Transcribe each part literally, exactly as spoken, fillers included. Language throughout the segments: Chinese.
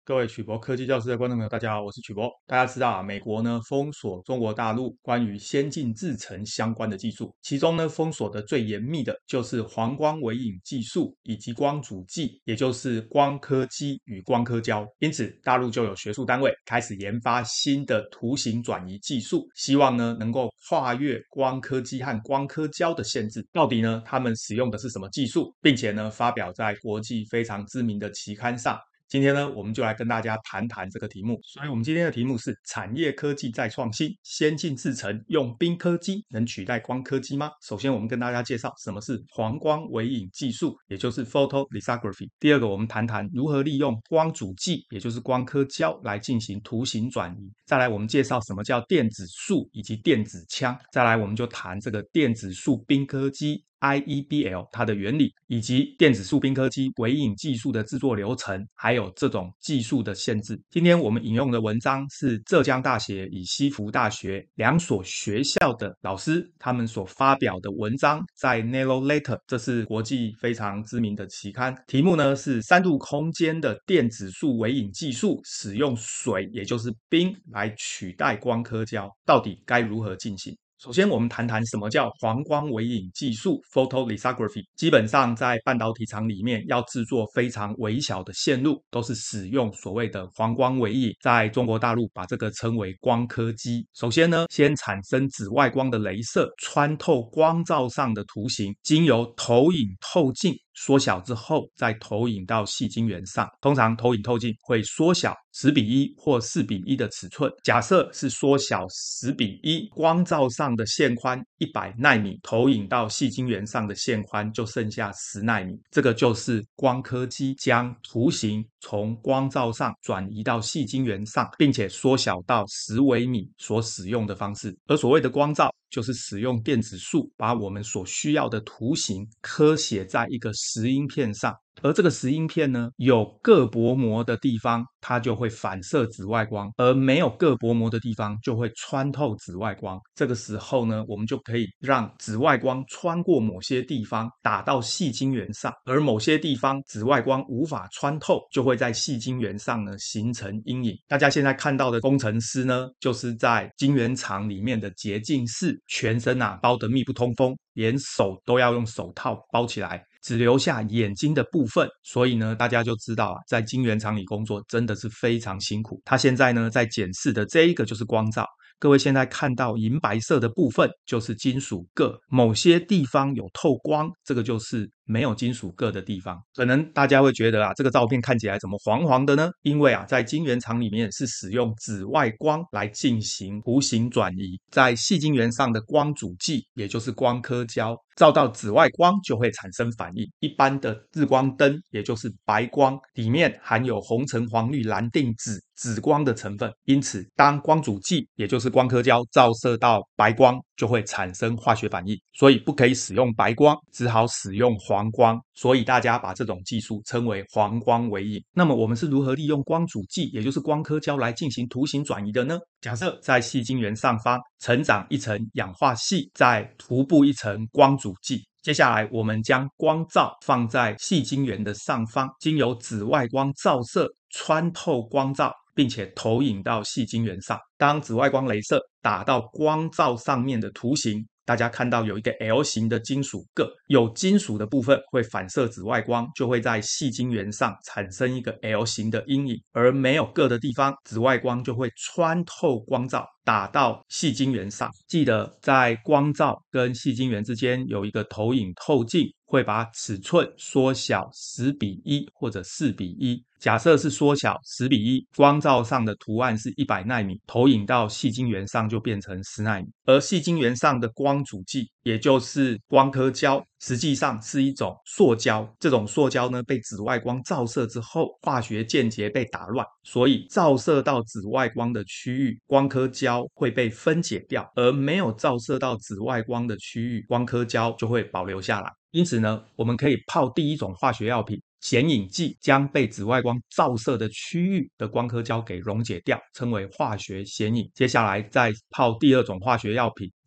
各位曲博科技教室的观众朋友，大家好，我是曲博。大家知道啊，美国呢封锁中国大陆关于先进制程相关的技术，其中呢封锁的最严密的就是黄光微影技术以及光阻剂，也就是光刻机与光刻胶。因此，大陆就有学术单位开始研发新的图形转移技术，希望呢能够跨越光刻机和光刻胶的限制。到底呢他们使用的是什么技术，并且呢发表在国际非常知名的期刊上。今天呢，我们就来跟大家谈谈这个题目。所以，我们今天的题目是：产业科技再创新，先进制程用冰科技能取代光刻机吗？首先，我们跟大家介绍什么是黄光微影技术，也就是 photolithography。第二个，我们谈谈如何利用光阻剂，也就是光刻胶来进行图形转移。再来，我们介绍什么叫电子束以及电子枪。再来，我们就谈这个电子束冰刻机。I E B L 它的原理，以及电子束冰刻机微影技术的制作流程，还有这种技术的限制。今天我们引用的文章是浙江大学与西湖大学两所学校的老师他们所发表的文章，在 Nanoletter， 这是国际非常知名的期刊。题目呢是三度空间的电子束微影技术使用水，也就是冰来取代光刻胶，到底该如何进行？首先，我们谈谈什么叫黄光微影技术 （photolithography）。基本上，在半导体厂里面，要制作非常微小的线路，都是使用所谓的黄光微影。在中国大陆，把这个称为光刻机。首先呢，先产生紫外光的雷射，穿透光罩上的图形，经由投影透镜缩小之后，再投影到细晶圆上。通常投影透镜会缩小十比一或四比一的尺寸。假设是缩小十比一，光罩上的线宽一百奈米，投影到细晶圆上的线宽就剩下十奈米。这个就是光刻机将图形从光罩上转移到细晶圆上，并且缩小到十微米所使用的方式。而所谓的光罩，就是使用电子束把我们所需要的图形刻写在一个石英片上，而这个石英片呢，有铬薄膜的地方它就会反射紫外光，而没有铬薄膜的地方就会穿透紫外光。这个时候呢，我们就可以让紫外光穿过某些地方打到细晶圆上，而某些地方紫外光无法穿透，就会在细晶圆上呢形成阴影。大家现在看到的工程师呢，就是在晶圆厂里面的洁净室，全身啊包得密不通风，连手都要用手套包起来，只留下眼睛的部分。所以呢，大家就知道啊，在晶圆厂里工作真的是非常辛苦。他现在呢在检视的这一个就是光罩。各位现在看到银白色的部分就是金属铬，某些地方有透光，这个就是没有金属铬的地方。可能大家会觉得啊，这个照片看起来怎么黄黄的呢？因为啊，在晶圆厂里面是使用紫外光来进行图形转移，在细晶圆上的光阻剂，也就是光刻胶，照到紫外光就会产生反应。一般的日光灯，也就是白光，里面含有红橙黄绿蓝靛紫紫光的成分，因此当光阻剂，也就是光刻胶照射到白光，就会产生化学反应，所以不可以使用白光，只好使用黄光，所以大家把这种技术称为黄光微影。那么我们是如何利用光阻剂，也就是光刻胶来进行图形转移的呢？假设在细晶圆上方成长一层氧化系，再涂布一层光阻剂。接下来，我们将光罩放在细晶圆的上方，经由紫外光照射，穿透光罩，并且投影到细晶圆上。当紫外光雷射打到光罩上面的图形，大家看到有一个 L 型的金属铬，有金属的部分会反射紫外光，就会在细晶圆上产生一个 L 型的阴影，而没有铬的地方，紫外光就会穿透光罩，打到细晶圆上。记得在光罩跟细晶圆之间有一个投影透镜，会把尺寸缩小十比一或者四比一。假设是缩小十比一，光罩上的图案是一百奈米，投影到细晶圆上就变成十奈米。而细晶圆上的光阻剂，也就是光刻胶，实际上是一种塑胶。这种塑胶呢，被紫外光照射之后，化学键结被打乱，所以照射到紫外光的区域，光刻胶会被分解掉，而没有照射到紫外光的区域，光刻胶就会保留下来。因此呢，我们可以泡第一种化学药品显影剂，将被紫外光照射的区域的光刻胶给溶解掉，称为化学显影。接下来再泡第二种化学药品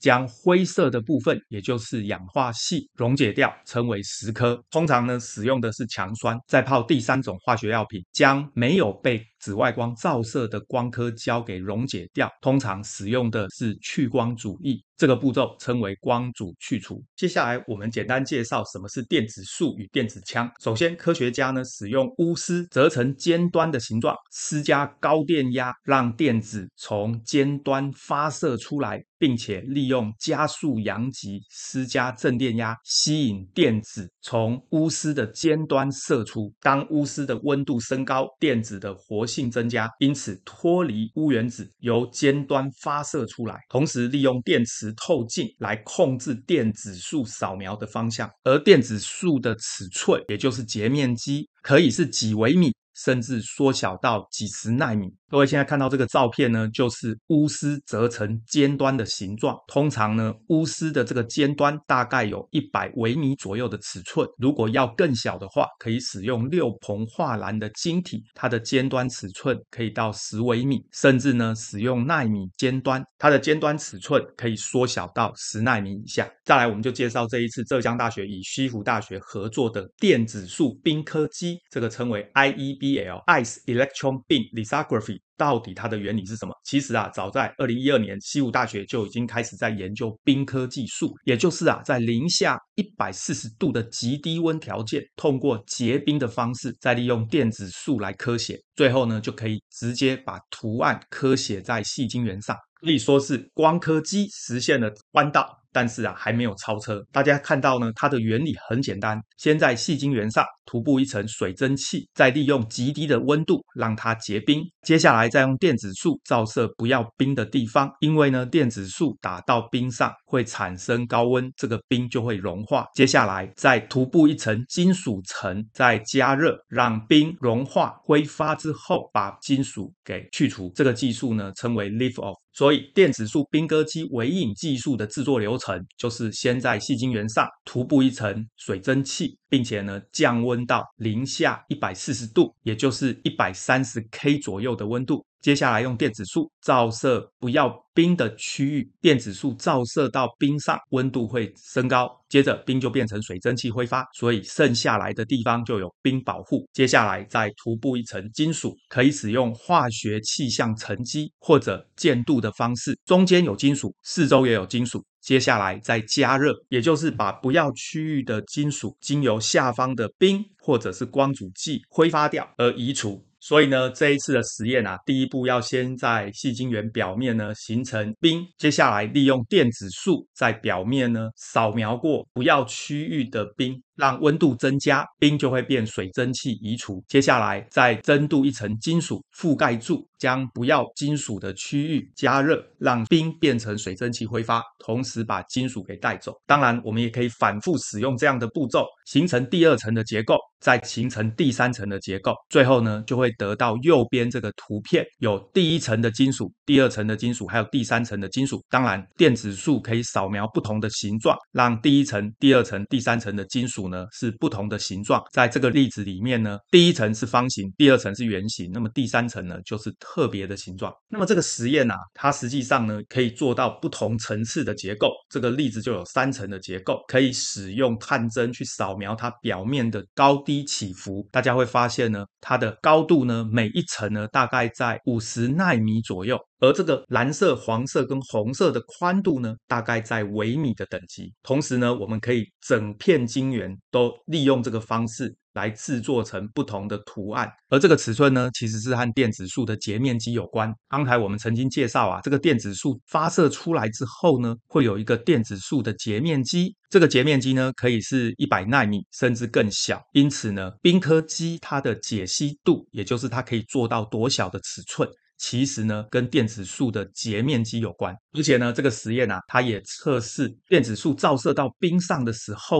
将灰色的部分，也就是氧化系溶解掉，称为蚀刻。通常呢，使用的是强酸。再泡第三种化学药品，将没有被紫外光照射的光刻胶给溶解掉，通常使用的是去光主义。这个步骤称为光阻去除。接下来我们简单介绍什么是电子束与电子枪。首先，科学家呢使用钨丝折成尖端的形状，施加高电压，让电子从尖端发射出来，并且利用加速阳极施加正电压，吸引电子从钨丝的尖端射出。当钨丝的温度升高，电子的活性增加，因此脱离钨原子由尖端发射出来。同时，利用电磁透镜来控制电子束扫描的方向，而电子束的尺寸，也就是截面积，可以是几微米，甚至缩小到几十纳米。各位现在看到这个照片呢，就是钨丝折成尖端的形状。通常呢，钨丝的这个尖端大概有一百微米左右的尺寸。如果要更小的话，可以使用六硼化镧的晶体，它的尖端尺寸可以到十微米，甚至呢，使用纳米尖端，它的尖端尺寸可以缩小到十纳米以下。再来，我们就介绍这一次浙江大学与西湖大学合作的电子束冰刻机，这个称为 I E B L（Ice Electron Beam Lithography）。到底它的原理是什么？其实啊，早在二零一二年，西湖大学就已经开始在研究冰刻技术，也就是啊，在零下一百四十度的极低温条件，通过结冰的方式，再利用电子束来刻写，最后呢，就可以直接把图案刻写在细晶圆上。可以说是光刻机实现了弯道，但是啊，还没有超车。大家看到呢，它的原理很简单，先在细晶圆上涂布一层水蒸气，再利用极低的温度让它结冰，接下来再用电子束照射不要冰的地方，因为呢，电子束打到冰上会产生高温，这个冰就会融化。接下来再涂布一层金属层，再加热，让冰融化挥发之后，把金属给去除。这个技术呢，称为 Leave Off。所以电子束冰割机微影技术的制作流程，就是先在细晶圆上涂布一层水蒸气，并且呢降温到零下一百四十度，也就是一百三十 K 左右的温度。接下来用电子束照射不要冰的区域，电子束照射到冰上，温度会升高，接着冰就变成水蒸气挥发，所以剩下来的地方就有冰保护。接下来再涂布一层金属，可以使用化学气象沉积或者渐度的方式，中间有金属，四周也有金属。接下来再加热，也就是把不要区域的金属经由下方的冰或者是光阻剂挥发掉而移除。所以呢，这一次的实验啊，第一步要先在细晶圆表面呢形成冰，接下来利用电子束在表面呢扫描过不要区域的冰，让温度增加，冰就会变水蒸气移除。接下来再增镀一层金属覆盖住，将不要金属的区域加热，让冰变成水蒸气挥发，同时把金属给带走。当然，我们也可以反复使用这样的步骤，形成第二层的结构，再形成第三层的结构，最后呢就会得到右边这个图片，有第一层的金属、第二层的金属，还有第三层的金属。当然，电子束可以扫描不同的形状，让第一层、第二层、第三层的金属呢是不同的形状。在这个例子里面呢，第一层是方形，第二层是圆形，那么第三层呢就是特别的形状。那么这个实验啊，它实际上呢可以做到不同层次的结构。这个例子就有三层的结构，可以使用探针去扫描它表面的高低起伏。大家会发现呢，它的高度呢每一层呢大概在五十纳米左右。而这个蓝色、黄色跟红色的宽度呢，大概在微米的等级。同时呢，我们可以整片晶圆都利用这个方式来制作成不同的图案。而这个尺寸呢，其实是和电子束的截面积有关。刚才我们曾经介绍啊，这个电子束发射出来之后呢，会有一个电子束的截面积。这个截面积呢，可以是一百纳米，甚至更小。因此呢，冰刻机它的解析度，也就是它可以做到多小的尺寸，其实呢，跟电子束的截面积有关。而且呢，这个实验啊，它也测试电子束照射到冰上的时候呢，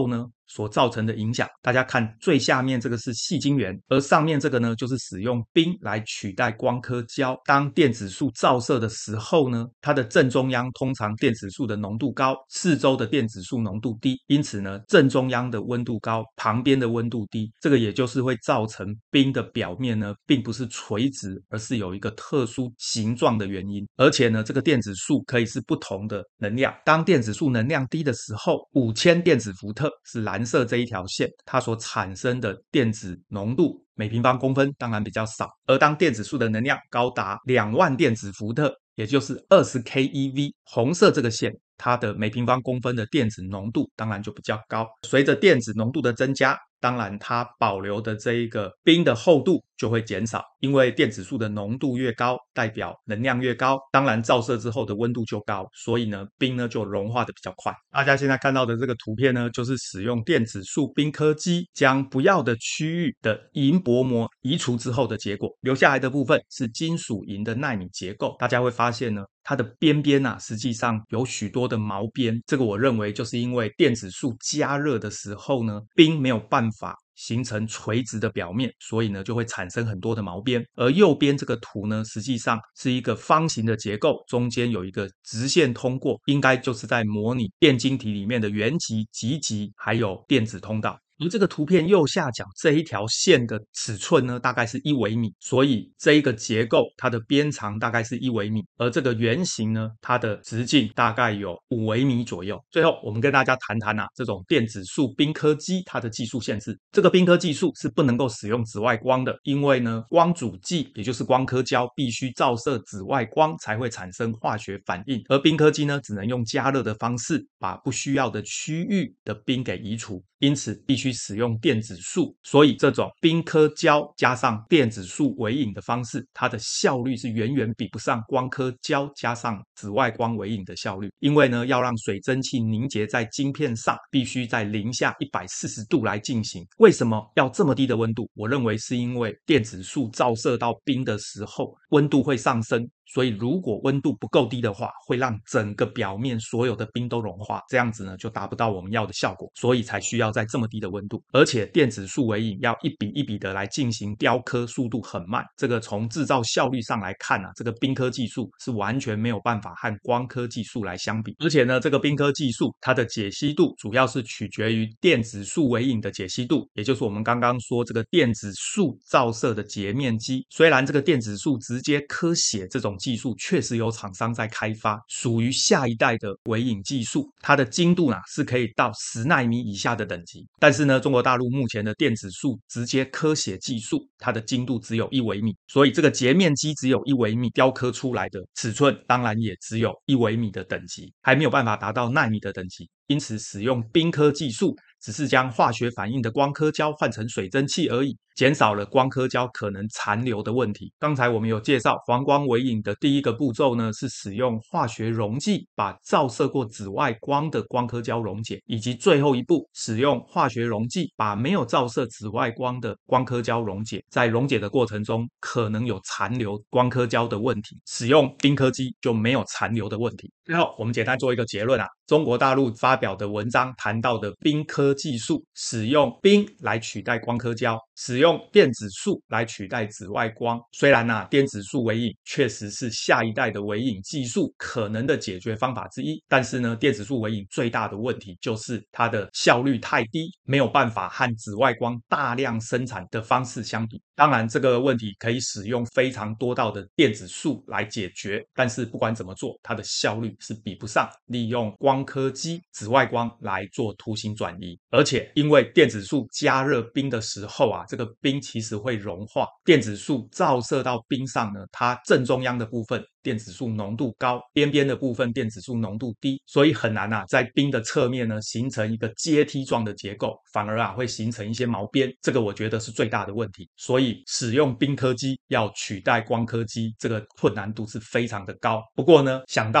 所造成的影响。大家看最下面这个是细晶圆，而上面这个呢就是使用冰来取代光刻胶。当电子束照射的时候呢，它的正中央通常电子束的浓度高，四周的电子束浓度低，因此呢正中央的温度高，旁边的温度低，这个也就是会造成冰的表面呢并不是垂直，而是有一个特殊形状的原因。而且呢这个电子束可以是不同的能量，当电子束能量低的时候，五千电子伏特是蓝色这一条线，它所产生的电子浓度每平方公分当然比较少，而当电子束的能量高达两万电子伏特，也就是二十 keV， 红色这个线它的每平方公分的电子浓度当然就比较高。随着电子浓度的增加，当然它保留的这一个冰的厚度就会减少，因为电子束的浓度越高，代表能量越高，当然照射之后的温度就高，所以呢冰呢就融化的比较快。大家现在看到的这个图片呢，就是使用电子束冰刻机将不要的区域的银薄膜移除之后的结果，留下来的部分是金属银的奈米结构。大家会发现呢，它的边边啊实际上有许多的毛边，这个我认为就是因为电子束加热的时候呢，冰没有办法形成垂直的表面，所以呢就会产生很多的毛边。而右边这个图呢，实际上是一个方形的结构，中间有一个直线通过，应该就是在模拟电晶体里面的原极、极极还有电子通道。而这个图片右下角这一条线的尺寸呢，大概是一微米，所以这一个结构它的边长大概是一微米，而这个圆形呢，它的直径大概有五微米左右。最后，我们跟大家谈谈啊，这种电子束冰刻机它的技术限制。这个冰刻技术是不能够使用紫外光的，因为呢，光阻剂也就是光刻胶必须照射紫外光才会产生化学反应，而冰刻机呢，只能用加热的方式把不需要的区域的冰给移除。因此必须使用电子束，所以这种冰刻胶加上电子束微影的方式，它的效率是远远比不上光刻胶加上紫外光微影的效率。因为呢，要让水蒸气凝结在晶片上，必须在零下一百四十度来进行。为什么要这么低的温度？我认为是因为电子束照射到冰的时候，温度会上升。所以如果温度不够低的话，会让整个表面所有的冰都融化，这样子呢就达不到我们要的效果，所以才需要在这么低的温度。而且电子束微影要一笔一笔的来进行雕刻，速度很慢，这个从制造效率上来看啊，这个冰刻技术是完全没有办法和光刻技术来相比。而且呢，这个冰刻技术它的解析度主要是取决于电子束微影的解析度，也就是我们刚刚说这个电子束照射的截面积。虽然这个电子束直接刻写这种技术确实有厂商在开发，属于下一代的微影技术，它的精度呢是可以到十奈米以下的等级。但是呢，中国大陆目前的电子束直接刻写技术，它的精度只有一微米，所以这个截面积只有一微米，雕刻出来的尺寸当然也只有一微米的等级，还没有办法达到奈米的等级。因此，使用冰刻技术只是将化学反应的光刻胶换成水蒸气而已，减少了光刻胶可能残留的问题。刚才我们有介绍，黄光微影的第一个步骤呢，是使用化学溶剂把照射过紫外光的光刻胶溶解，以及最后一步，使用化学溶剂把没有照射紫外光的光刻胶溶解。在溶解的过程中，可能有残留光刻胶的问题，使用冰刻机就没有残留的问题。最后，我们简单做一个结论啊，中国大陆发表的文章谈到的冰刻技术，使用冰来取代光刻胶，使用电子束来取代紫外光。虽然啊，电子束微影确实是下一代的微影技术可能的解决方法之一，但是呢，电子束微影最大的问题就是它的效率太低，没有办法和紫外光大量生产的方式相比。当然，这个问题可以使用非常多道的电子束来解决，但是不管怎么做，它的效率是比不上利用光刻机紫外光来做图形转移。而且因为电子束加热冰的时候啊，这个冰其实会融化，电子束照射到冰上呢，它正中央的部分电子束浓度高，边边的部分电子束浓度低，所以很难啊在冰的侧面呢形成一个阶梯状的结构，反而啊会形成一些毛边，这个我觉得是最大的问题。所以使用冰刻机要取代光刻机，这个困难度是非常的高。不过呢，想到啊用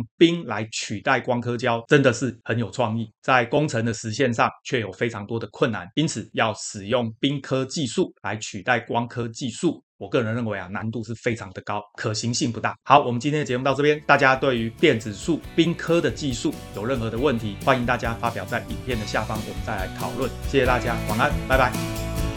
冰来取代光刻胶，真的是很有创意，在工程的实现上却有非常多的困难，因此要使用冰刻技术来取代光刻技术，我个人认为啊，难度是非常的高，可行性不大。好，我们今天的节目到这边，大家对于电子束冰刻的技术有任何的问题，欢迎大家发表在影片的下方，我们再来讨论。谢谢大家，晚安，拜拜。